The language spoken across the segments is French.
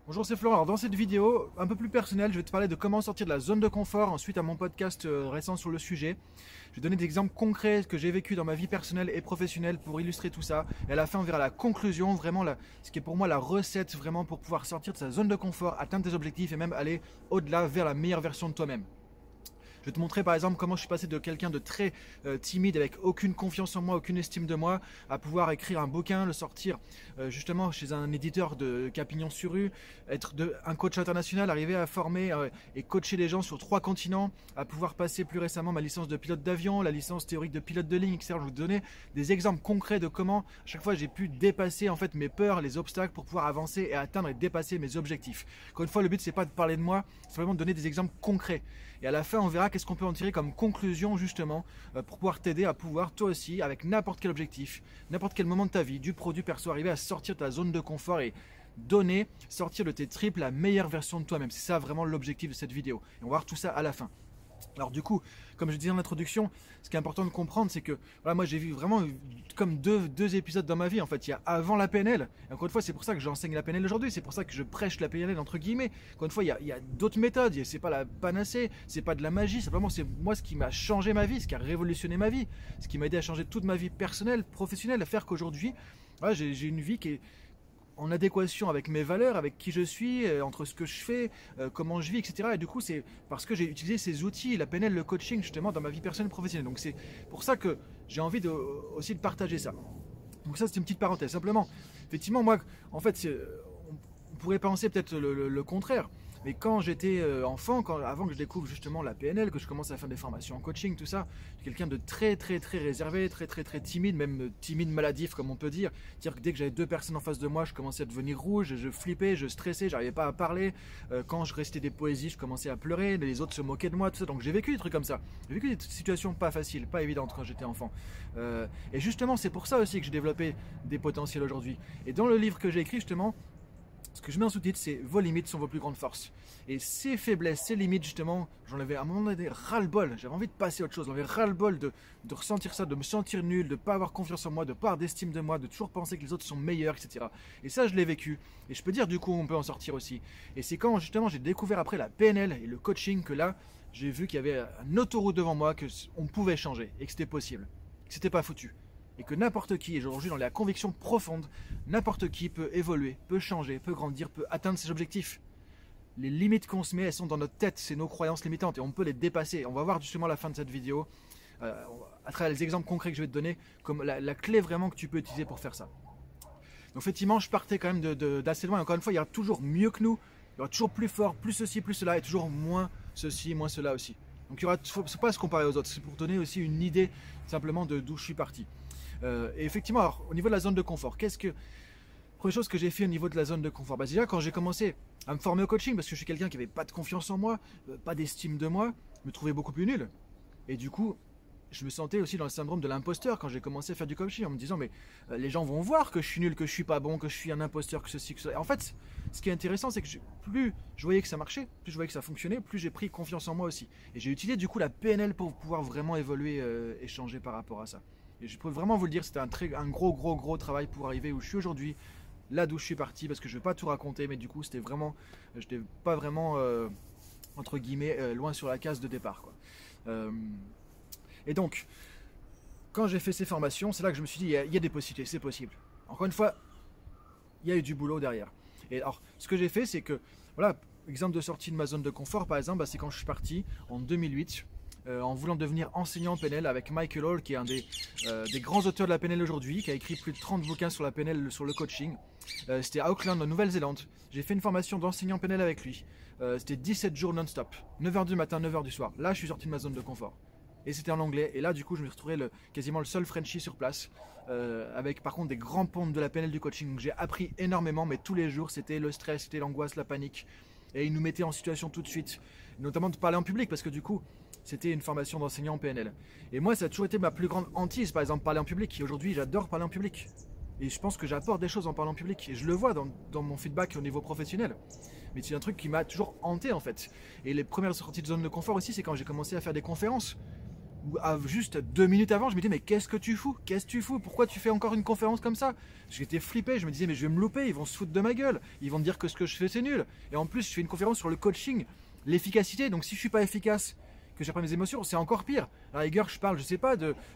Bonjour, c'est Florent. Alors, dans cette vidéo un peu plus personnelle, je vais te parler de comment sortir de la zone de confort ensuite à mon podcast récent sur le sujet. Je vais donner des exemples concrets que j'ai vécu dans ma vie personnelle et professionnelle pour illustrer tout ça. Et à la fin, on verra la conclusion, vraiment ce qui est pour moi la recette vraiment pour pouvoir sortir de sa zone de confort, atteindre tes objectifs et même aller au-delà vers la meilleure version de toi-même. Je vais te montrer par exemple comment je suis passé de quelqu'un de très timide avec aucune confiance en moi, aucune estime de moi, à pouvoir écrire un bouquin, le sortir justement chez un éditeur de Capignon-sur-Rue, être un coach international, arriver à former et coacher des gens sur 3 continents, à pouvoir passer plus récemment ma licence de pilote d'avion, la licence théorique de pilote de ligne, etc. Je vais vous donner des exemples concrets de comment à chaque fois j'ai pu dépasser en fait mes peurs, les obstacles pour pouvoir avancer et atteindre et dépasser mes objectifs. Encore une fois, le but c'est pas de parler de moi, c'est vraiment de donner des exemples concrets. Et à la fin, on verra qu'est-ce qu'on peut en tirer comme conclusion justement pour pouvoir t'aider à pouvoir toi aussi, avec n'importe quel objectif, n'importe quel moment de ta vie, du pro, du perso, arriver à sortir de ta zone de confort et sortir de tes tripes la meilleure version de toi-même. C'est ça vraiment l'objectif de cette vidéo. Et on va voir tout ça à la fin. Alors du coup, comme je disais en introduction, ce qui est important de comprendre, c'est que voilà, moi j'ai vu vraiment comme deux épisodes dans ma vie. En fait, il y a avant la PNL, et encore une fois, c'est pour ça que j'enseigne la PNL aujourd'hui, c'est pour ça que je prêche la PNL entre guillemets. Encore une fois, il y a d'autres méthodes, c'est pas la panacée, c'est pas de la magie, simplement c'est moi ce qui m'a changé ma vie, ce qui a révolutionné ma vie, ce qui m'a aidé à changer toute ma vie personnelle, professionnelle, à faire qu'aujourd'hui, voilà, j'ai une vie qui est en adéquation avec mes valeurs, avec qui je suis, entre ce que je fais, comment je vis, etc. Et du coup, c'est parce que j'ai utilisé ces outils, la PNL, le coaching, justement, dans ma vie personnelle et professionnelle. Donc c'est pour ça que j'ai envie aussi de partager ça. Donc ça, c'est une petite parenthèse. Simplement, effectivement, moi, en fait, on pourrait penser peut-être le contraire. Mais quand j'étais enfant, avant que je découvre justement la PNL, que je commence à faire des formations en coaching, tout ça, j'étais quelqu'un de très réservé, très timide, même timide maladif comme on peut dire. C'est-à-dire que dès que j'avais 2 personnes en face de moi, je commençais à devenir rouge, je flippais, je stressais, j'arrivais pas à parler. Quand je restais des poésies, je commençais à pleurer, les autres se moquaient de moi, tout ça. Donc j'ai vécu des trucs comme ça. J'ai vécu des situations pas faciles, pas évidentes quand j'étais enfant. Et justement, c'est pour ça aussi que j'ai développé des potentiels aujourd'hui. Et dans le livre que j'ai écrit justement, ce que je mets en sous-titre, c'est vos limites sont vos plus grandes forces. Et ces faiblesses, ces limites, justement, j'en avais à un moment donné ras-le-bol. J'avais envie de passer à autre chose. J'en avais ras-le-bol de ressentir ça, de me sentir nul, de ne pas avoir confiance en moi, de ne pas avoir d'estime de moi, de toujours penser que les autres sont meilleurs, etc. Et ça, je l'ai vécu. Et je peux dire, du coup, on peut en sortir aussi. Et c'est quand, justement, j'ai découvert après la PNL et le coaching que là, j'ai vu qu'il y avait une autoroute devant moi, qu'on pouvait changer et que c'était possible. Que c'était pas foutu. Et que n'importe qui, et aujourd'hui dans la conviction profonde, n'importe qui peut évoluer, peut changer, peut grandir, peut atteindre ses objectifs. Les limites qu'on se met, elles sont dans notre tête, c'est nos croyances limitantes et on peut les dépasser. On va voir justement à la fin de cette vidéo, à travers les exemples concrets que je vais te donner, comme la clé vraiment que tu peux utiliser pour faire ça. Donc effectivement, je partais quand même d'assez loin. Encore une fois, il y aura toujours mieux que nous, il y aura toujours plus fort, plus ceci, plus cela, et toujours moins ceci, moins cela aussi. Donc il ne faut pas se comparer aux autres, c'est pour donner aussi une idée simplement d'où je suis parti. Et effectivement, alors, au niveau de la zone de confort, première chose que j'ai fait au niveau de la zone de confort, déjà quand j'ai commencé à me former au coaching, parce que je suis quelqu'un qui n'avait pas de confiance en moi, pas d'estime de moi, je me trouvais beaucoup plus nul. Et du coup, je me sentais aussi dans le syndrome de l'imposteur quand j'ai commencé à faire du coaching, en me disant mais les gens vont voir que je suis nul, que je suis pas bon, que je suis un imposteur, que ceci, que cela. Et en fait, ce qui est intéressant, c'est que plus je voyais que ça marchait, plus je voyais que ça fonctionnait, plus j'ai pris confiance en moi aussi. Et j'ai utilisé du coup la PNL pour pouvoir vraiment évoluer et changer par rapport à ça. Et je peux vraiment vous le dire, c'était un gros travail pour arriver où je suis aujourd'hui, là d'où je suis parti, parce que je ne vais pas tout raconter, mais du coup, je n'étais pas vraiment, entre guillemets, loin sur la case de départ, quoi. Et donc, quand j'ai fait ces formations, c'est là que je me suis dit, il y a des possibilités, c'est possible. Encore une fois, il y a eu du boulot derrière. Et alors, ce que j'ai fait, c'est que, voilà, exemple de sortie de ma zone de confort, par exemple, c'est quand je suis parti en 2008, en voulant devenir enseignant en PNL avec Michael Hall, qui est un des grands auteurs de la PNL aujourd'hui, qui a écrit plus de 30 bouquins sur la PNL, sur le coaching. C'était à Auckland, en Nouvelle-Zélande. J'ai fait une formation d'enseignant PNL avec lui. C'était 17 jours non-stop, 9h du matin, 9h du soir. Là, je suis sorti de ma zone de confort. Et c'était en anglais. Et là, du coup, je me suis retrouvé quasiment le seul Frenchie sur place, avec par contre des grands ponts de la PNL du coaching. Donc j'ai appris énormément, mais tous les jours, c'était le stress, c'était l'angoisse, la panique. Et ils nous mettaient en situation tout de suite, notamment de parler en public, parce que du coup, c'était une formation d'enseignant en PNL. Et moi, ça a toujours été ma plus grande hantise, par exemple, parler en public. Et aujourd'hui, j'adore parler en public. Et je pense que j'apporte des choses en parlant en public. Et je le vois dans mon feedback au niveau professionnel. Mais c'est un truc qui m'a toujours hanté, en fait. Et les premières sorties de zone de confort aussi, c'est quand j'ai commencé à faire des conférences. Juste 2 minutes avant, je me disais mais qu'est-ce que tu fous? Qu'est-ce que tu fous? Pourquoi tu fais encore une conférence comme ça? J'étais flippé, je me disais mais je vais me louper, ils vont se foutre de ma gueule, ils vont me dire que ce que je fais c'est nul. Et en plus je fais une conférence sur le coaching, l'efficacité, donc si je suis pas efficace, que j'ai pas mes émotions, c'est encore pire. À la rigueur, je parle, je sais pas,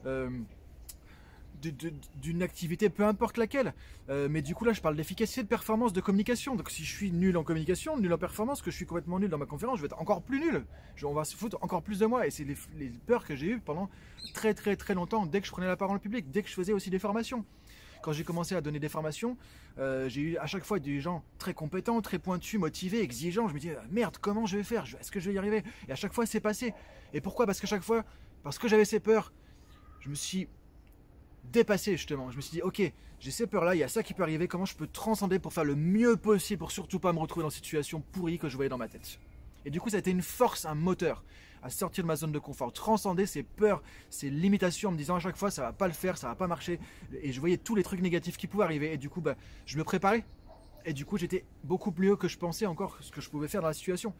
d'une activité, peu importe laquelle. Mais du coup là je parle d'efficacité, de performance, de communication. Donc si je suis nul en communication, nul en performance, que je suis complètement nul dans ma conférence, je vais être encore plus nul. On va se foutre encore plus de moi. Et c'est les peurs que j'ai eues pendant très très très longtemps, dès que je prenais la parole en public, dès que je faisais aussi des formations. Quand j'ai commencé à donner des formations, j'ai eu à chaque fois des gens très compétents, très pointus, motivés, exigeants. Je me disais merde, comment je vais faire? Est-ce que je vais y arriver? Et à chaque fois c'est passé. Et pourquoi? Parce qu'à chaque fois, parce que j'avais ces peurs, je me suis dépassé justement. Je me suis dit ok, j'ai ces peurs là, il y a ça qui peut arriver, comment je peux transcender pour faire le mieux possible, pour surtout pas me retrouver dans une situation pourrie que je voyais dans ma tête. Et du coup ça a été une force, un moteur à sortir de ma zone de confort, transcender ces peurs, ces limitations en me disant à chaque fois ça va pas le faire, ça va pas marcher, et je voyais tous les trucs négatifs qui pouvaient arriver, et du coup je me préparais, et du coup j'étais beaucoup plus haut que je pensais encore ce que je pouvais faire dans la situation.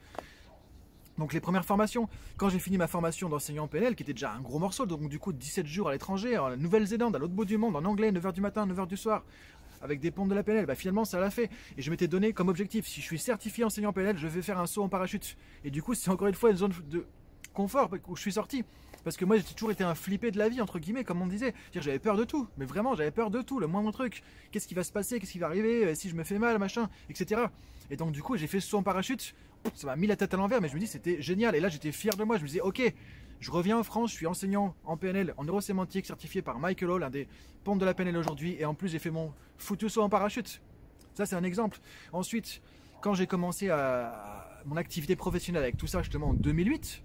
Donc les premières formations, quand j'ai fini ma formation d'enseignant en PNL, qui était déjà un gros morceau, donc du coup 17 jours à l'étranger, en Nouvelle-Zélande, à l'autre bout du monde, en anglais, 9h du matin, 9h du soir, avec des pompes de la PNL, finalement ça l'a fait. Et je m'étais donné comme objectif, si je suis certifié enseignant PNL, je vais faire un saut en parachute. Et du coup c'est encore une fois une zone de confort où je suis sorti. Parce que moi j'ai toujours été un flippé de la vie, entre guillemets, comme on disait. C'est-à-dire, j'avais peur de tout, mais vraiment j'avais peur de tout, le moindre truc. Qu'est-ce qui va se passer, qu'est-ce qui va arriver, si je me fais mal, machin, etc. Et donc du coup j'ai fait ce saut en parachute, ça m'a mis la tête à l'envers, mais je me dis c'était génial. Et là j'étais fier de moi, je me disais ok, je reviens en France, je suis enseignant en PNL, en neurosémantique, certifié par Michael Hall, un des pontes de la PNL aujourd'hui, et en plus j'ai fait mon foutu saut en parachute. Ça c'est un exemple. Ensuite, quand j'ai commencé mon activité professionnelle avec tout ça justement en 2008,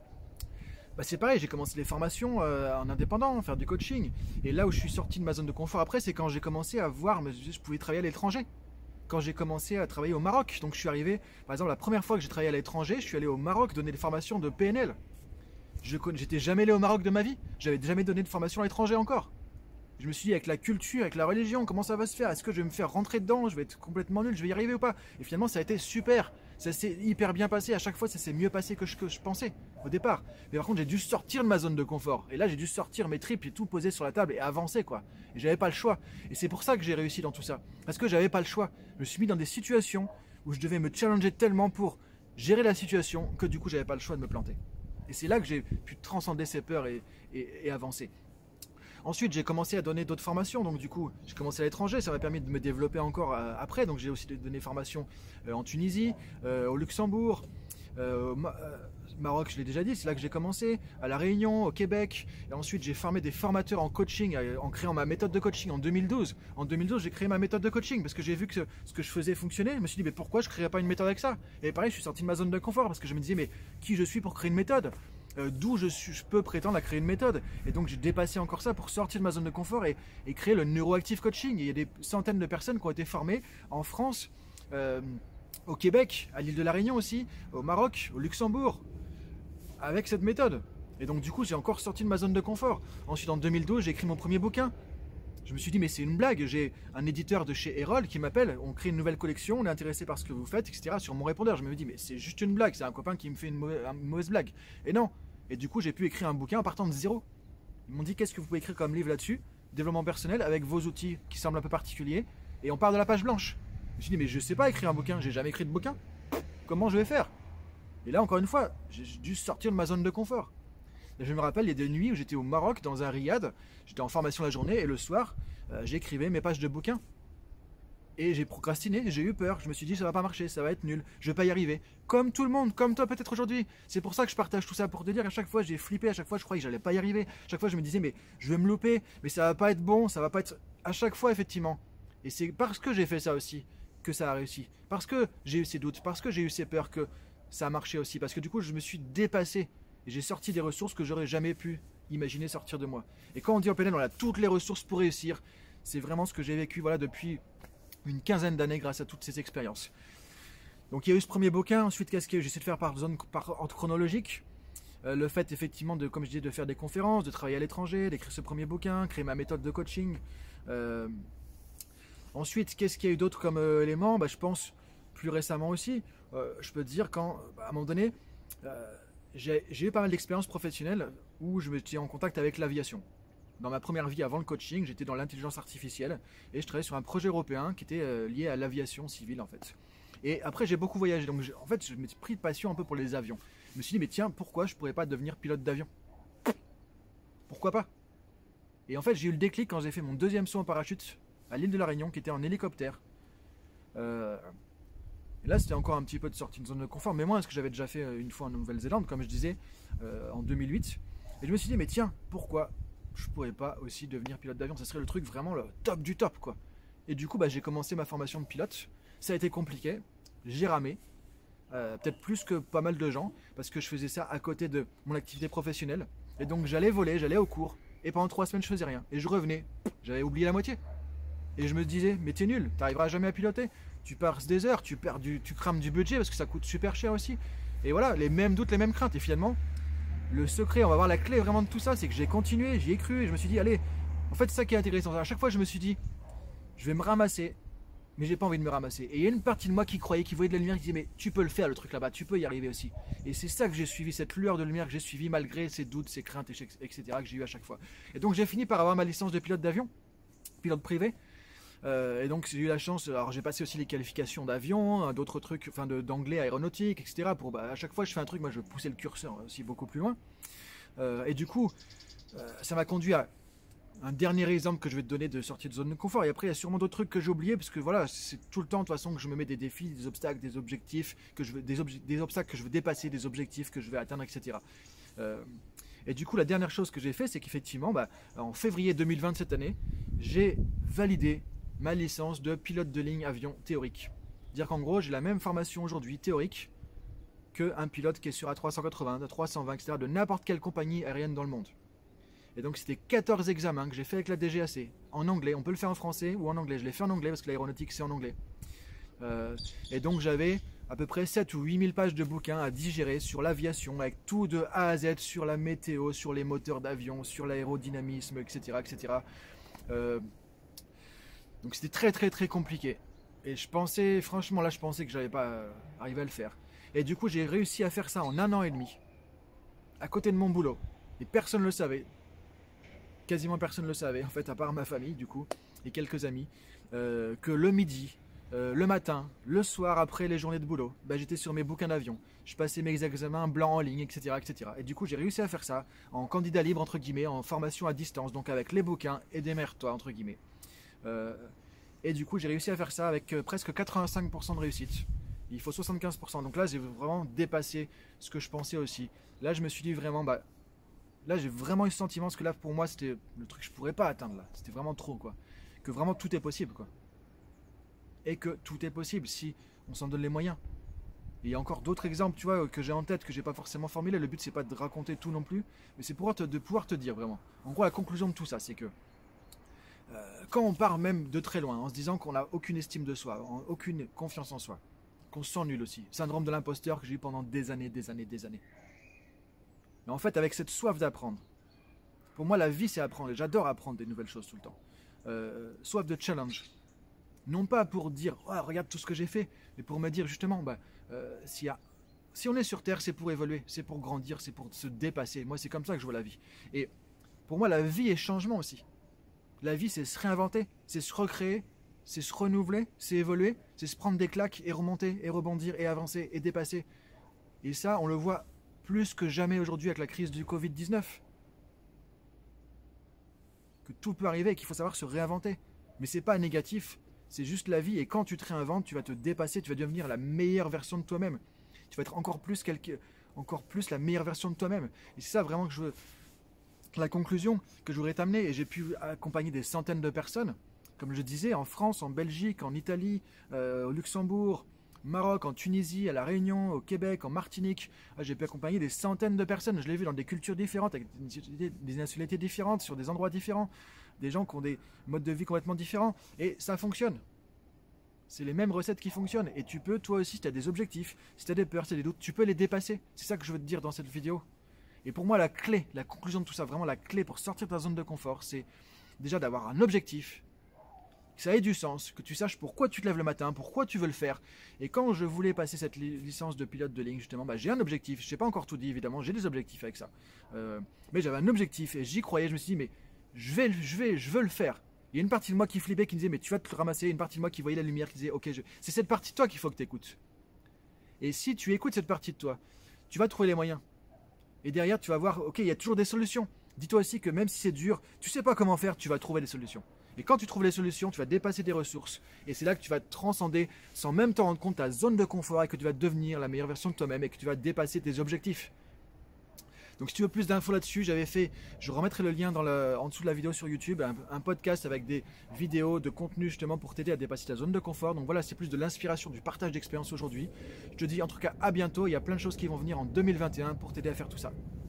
c'est pareil, j'ai commencé les formations en indépendant, faire du coaching. Et là où je suis sorti de ma zone de confort après, c'est quand j'ai commencé à voir, je pouvais travailler à l'étranger. Quand j'ai commencé à travailler au Maroc. Donc je suis arrivé, par exemple la première fois que j'ai travaillé à l'étranger, je suis allé au Maroc donner des formations de PNL. J'étais jamais allé au Maroc de ma vie, j'avais jamais donné de formation à l'étranger encore. Je me suis dit avec la culture, avec la religion, comment ça va se faire? Est-ce que je vais me faire rentrer dedans? Je vais être complètement nul, je vais y arriver ou pas? Et finalement ça a été super, ça s'est hyper bien passé, à chaque fois ça s'est mieux passé que je pensais au départ. Mais par contre j'ai dû sortir de ma zone de confort. Et là j'ai dû sortir mes tripes et tout poser sur la table et avancer quoi. Et j'avais pas le choix. Et c'est pour ça que j'ai réussi dans tout ça. Parce que j'avais pas le choix. Je me suis mis dans des situations où je devais me challenger tellement pour gérer la situation que du coup j'avais pas le choix de me planter. Et c'est là que j'ai pu transcender ces peurs et avancer. Ensuite, j'ai commencé à donner d'autres formations. Donc, du coup, j'ai commencé à l'étranger. Ça m'a permis de me développer encore après. Donc, j'ai aussi donné des formations en Tunisie, au Luxembourg, au Maroc, je l'ai déjà dit. C'est là que j'ai commencé. À La Réunion, au Québec. Et ensuite, j'ai formé des formateurs en coaching en créant ma méthode de coaching en 2012. En 2012, j'ai créé ma méthode de coaching parce que j'ai vu que ce que je faisais fonctionnait. Je me suis dit, mais pourquoi je ne créerais pas une méthode avec ça? Et pareil, je suis sorti de ma zone de confort parce que je me disais, mais qui je suis pour créer une méthode? D'où je peux prétendre à créer une méthode. Et donc j'ai dépassé encore ça pour sortir de ma zone de confort et créer le neuroactive coaching. Et il y a des centaines de personnes qui ont été formées en France, au Québec, à l'île de la Réunion aussi, au Maroc, au Luxembourg, avec cette méthode. Et donc du coup j'ai encore sorti de ma zone de confort. Ensuite en 2012 j'ai écrit mon premier bouquin. Je me suis dit mais c'est une blague, j'ai un éditeur de chez Erol qui m'appelle, on crée une nouvelle collection, on est intéressé par ce que vous faites, etc. Sur mon répondeur, je me dis mais c'est juste une blague, c'est un copain qui me fait une mauvaise blague. Et non. Et du coup j'ai pu écrire un bouquin en partant de zéro. Ils m'ont dit qu'est-ce que vous pouvez écrire comme livre là-dessus? Développement personnel avec vos outils qui semblent un peu particuliers. Et on part de la page blanche. Je me suis dit mais je sais pas écrire un bouquin, j'ai jamais écrit de bouquin. Comment je vais faire? Et là encore une fois, j'ai dû sortir de ma zone de confort. Et je me rappelle, il y a des nuits où j'étais au Maroc, dans un riad, j'étais en formation la journée, et le soir, j'écrivais mes pages de bouquins. Et j'ai procrastiné, j'ai eu peur, je me suis dit ça va pas marcher, ça va être nul, je vais pas y arriver. Comme tout le monde, comme toi peut-être aujourd'hui. C'est pour ça que je partage tout ça, pour te dire qu'à chaque fois j'ai flippé, à chaque fois je croyais que j'allais pas y arriver. À chaque fois je me disais mais je vais me louper, mais ça va pas être bon, ça va pas être... À chaque fois effectivement. Et c'est parce que j'ai fait ça aussi que ça a réussi. Parce que j'ai eu ces doutes, parce que j'ai eu ces peurs que ça a marché aussi. Parce que du coup je me suis dépassé. Et j'ai sorti des ressources que j'aurais jamais pu imaginer sortir de moi. Et quand on dit en PNL, on a toutes les ressources pour réussir. C'est vraiment ce que j'ai vécu depuis une quinzaine d'années grâce à toutes ces expériences. Donc il y a eu ce premier bouquin. Ensuite, qu'est-ce que j'essaie de faire par ordre chronologique? Le fait effectivement de, comme je disais, de faire des conférences, de travailler à l'étranger, d'écrire ce premier bouquin, créer ma méthode de coaching. Ensuite, qu'est-ce qu'il y a eu d'autre comme élément? Je pense plus récemment aussi. Je peux te dire quand, à un moment donné, j'ai eu pas mal d'expériences professionnelles où je me suis en contact avec l'aviation. Dans ma première vie avant le coaching, j'étais dans l'intelligence artificielle et je travaillais sur un projet européen qui était lié à l'aviation civile en fait. Et après j'ai beaucoup voyagé, donc en fait je me suis pris de passion un peu pour les avions. Je me suis dit mais tiens, pourquoi je pourrais pas devenir pilote d'avion? Pourquoi pas? Et en fait j'ai eu le déclic quand j'ai fait mon deuxième saut en parachute à l'île de la Réunion qui était en hélicoptère. Et là c'était encore un petit peu de sortie de zone de confort, mais moins parce que j'avais déjà fait une fois en Nouvelle-Zélande comme je disais en 2008. Et je me suis dit mais tiens, pourquoi je pourrais pas aussi devenir pilote d'avion? Ça serait le truc vraiment le top du top quoi. Et du coup j'ai commencé ma formation de pilote. Ça a été compliqué, j'ai ramé, peut-être plus que pas mal de gens, parce que je faisais ça à côté de mon activité professionnelle. Et donc j'allais voler, j'allais au cours, et pendant 3 semaines je faisais rien. Et je revenais, j'avais oublié la moitié. Et je me disais, mais t'es nul, t'arriveras jamais à piloter. Tu passes des heures, tu crames du budget parce que ça coûte super cher aussi. Et voilà, les mêmes doutes, les mêmes craintes. Et finalement, le secret, on va voir la clé vraiment de tout ça, c'est que j'ai continué, j'y ai cru, et je me suis dit, allez, en fait c'est ça qui est intéressant. À chaque fois je me suis dit, je vais me ramasser, mais j'ai pas envie de me ramasser. Et il y a une partie de moi qui croyait, qui voyait de la lumière, qui disait mais tu peux le faire le truc là-bas, tu peux y arriver aussi. Et c'est ça que j'ai suivi, cette lueur de lumière que j'ai suivi malgré ces doutes, ces craintes, etc. que j'ai eu à chaque fois. Et donc j'ai fini par avoir ma licence de pilote d'avion, pilote privé. Et donc j'ai eu la chance, alors j'ai passé aussi les qualifications d'avion, d'autres trucs, enfin d'anglais aéronautique, etc. Pour à chaque fois je fais un truc, moi je poussais le curseur aussi beaucoup plus loin. Et du coup, ça m'a conduit à un dernier exemple que je vais te donner de sortie de zone de confort. Et après, il y a sûrement d'autres trucs que j'ai oubliés, parce que voilà, c'est tout le temps de toute façon que je me mets des défis, des obstacles, des objectifs, des obstacles que je veux dépasser, des objectifs que je vais atteindre, etc. Et du coup, la dernière chose que j'ai fait, c'est qu'effectivement, en février 2020 cette année, j'ai validé ma licence de pilote de ligne avion théorique. C'est-à-dire qu'en gros, j'ai la même formation aujourd'hui théorique qu'un pilote qui est sur A380, A320, etc. de n'importe quelle compagnie aérienne dans le monde. Et donc c'était 14 examens que j'ai fait avec la DGAC, en anglais. On peut le faire en français ou en anglais. Je l'ai fait en anglais parce que l'aéronautique c'est en anglais. Et donc j'avais à peu près 7 ou 8 000 pages de bouquins à digérer sur l'aviation, avec tout de A à Z, sur la météo, sur les moteurs d'avion, sur l'aérodynamisme, etc. etc. Donc c'était très très très compliqué. Et je pensais, franchement là je pensais que j'allais pas arriver à le faire. Et du coup j'ai réussi à faire ça en 1 an et demi, à côté de mon boulot. Et personne ne le savait. Quasiment personne ne le savait, en fait, à part ma famille, du coup, et quelques amis, que le midi, le matin, le soir, après les journées de boulot, j'étais sur mes bouquins d'avion. Je passais mes examens blancs en ligne, etc., etc. Et du coup, j'ai réussi à faire ça en candidat libre, entre guillemets, en formation à distance, donc avec les bouquins et démerde-toi, entre guillemets. Et du coup, j'ai réussi à faire ça avec presque 85% de réussite. Il faut 75%. Donc là, j'ai vraiment dépassé ce que je pensais aussi. Là, je me suis dit vraiment, là j'ai vraiment eu ce sentiment, parce que là pour moi c'était le truc que je pourrais pas atteindre là, c'était vraiment trop quoi. Que vraiment tout est possible quoi. Et que tout est possible si on s'en donne les moyens. Et il y a encore d'autres exemples, tu vois, que j'ai en tête, que j'ai pas forcément formulé. Le but c'est pas de raconter tout non plus, mais c'est de pouvoir te dire vraiment. En gros la conclusion de tout ça c'est que quand on part même de très loin, en se disant qu'on n'a aucune estime de soi, aucune confiance en soi, qu'on se sent nul aussi, syndrome de l'imposteur que j'ai eu pendant des années. Mais en fait, avec cette soif d'apprendre, pour moi, la vie, c'est apprendre. Et j'adore apprendre des nouvelles choses tout le temps. Soif de challenge. Non pas pour dire, oh, regarde tout ce que j'ai fait, mais pour me dire justement, si on est sur Terre, c'est pour évoluer, c'est pour grandir, c'est pour se dépasser. Moi, c'est comme ça que je vois la vie. Et pour moi, la vie est changement aussi. La vie, c'est se réinventer, c'est se recréer, c'est se renouveler, c'est évoluer, c'est se prendre des claques et remonter, et rebondir, et avancer, et dépasser. Et ça, on le voit plus que jamais aujourd'hui avec la crise du Covid-19. Que tout peut arriver et qu'il faut savoir se réinventer. Mais c'est pas négatif, c'est juste la vie. Et quand tu te réinventes, tu vas te dépasser, tu vas devenir la meilleure version de toi-même. Tu vas être encore plus la meilleure version de toi-même. Et c'est ça vraiment que je veux. La conclusion que je voudrais t'amener, et j'ai pu accompagner des centaines de personnes, comme je disais, en France, en Belgique, en Italie, au Luxembourg, Maroc, en Tunisie, à La Réunion, au Québec, en Martinique. J'ai pu accompagner des centaines de personnes. Je l'ai vu dans des cultures différentes, avec des nationalités différentes, sur des endroits différents, des gens qui ont des modes de vie complètement différents. Et ça fonctionne. C'est les mêmes recettes qui fonctionnent. Et tu peux, toi aussi, si tu as des objectifs, si tu as des peurs, si tu as des doutes, tu peux les dépasser. C'est ça que je veux te dire dans cette vidéo. Et pour moi, la clé, la conclusion de tout ça, vraiment la clé pour sortir de ta zone de confort, c'est déjà d'avoir un objectif que ça ait du sens, que tu saches pourquoi tu te lèves le matin, pourquoi tu veux le faire. Et quand je voulais passer cette licence de pilote de ligne, justement, j'ai un objectif. Je n'ai pas encore tout dit, évidemment, j'ai des objectifs avec ça. Mais j'avais un objectif et j'y croyais. Je me suis dit, mais je veux le faire. Il y a une partie de moi qui flippait, qui me disait, mais tu vas te ramasser. Une partie de moi qui voyait la lumière, qui disait, ok, c'est cette partie de toi qu'il faut que tu écoutes. Et si tu écoutes cette partie de toi, tu vas trouver les moyens. Et derrière, tu vas voir, ok, il y a toujours des solutions. Dis-toi aussi que même si c'est dur, tu ne sais pas comment faire, tu vas trouver des solutions. Et quand tu trouves les solutions, tu vas dépasser tes ressources. Et c'est là que tu vas transcender, sans même t'en rendre compte, ta zone de confort et que tu vas devenir la meilleure version de toi-même et que tu vas dépasser tes objectifs. Donc si tu veux plus d'infos là-dessus, je remettrai le lien en dessous de la vidéo sur YouTube, un podcast avec des vidéos de contenu justement pour t'aider à dépasser ta zone de confort. Donc voilà, c'est plus de l'inspiration, du partage d'expérience aujourd'hui. Je te dis en tout cas à bientôt, il y a plein de choses qui vont venir en 2021 pour t'aider à faire tout ça.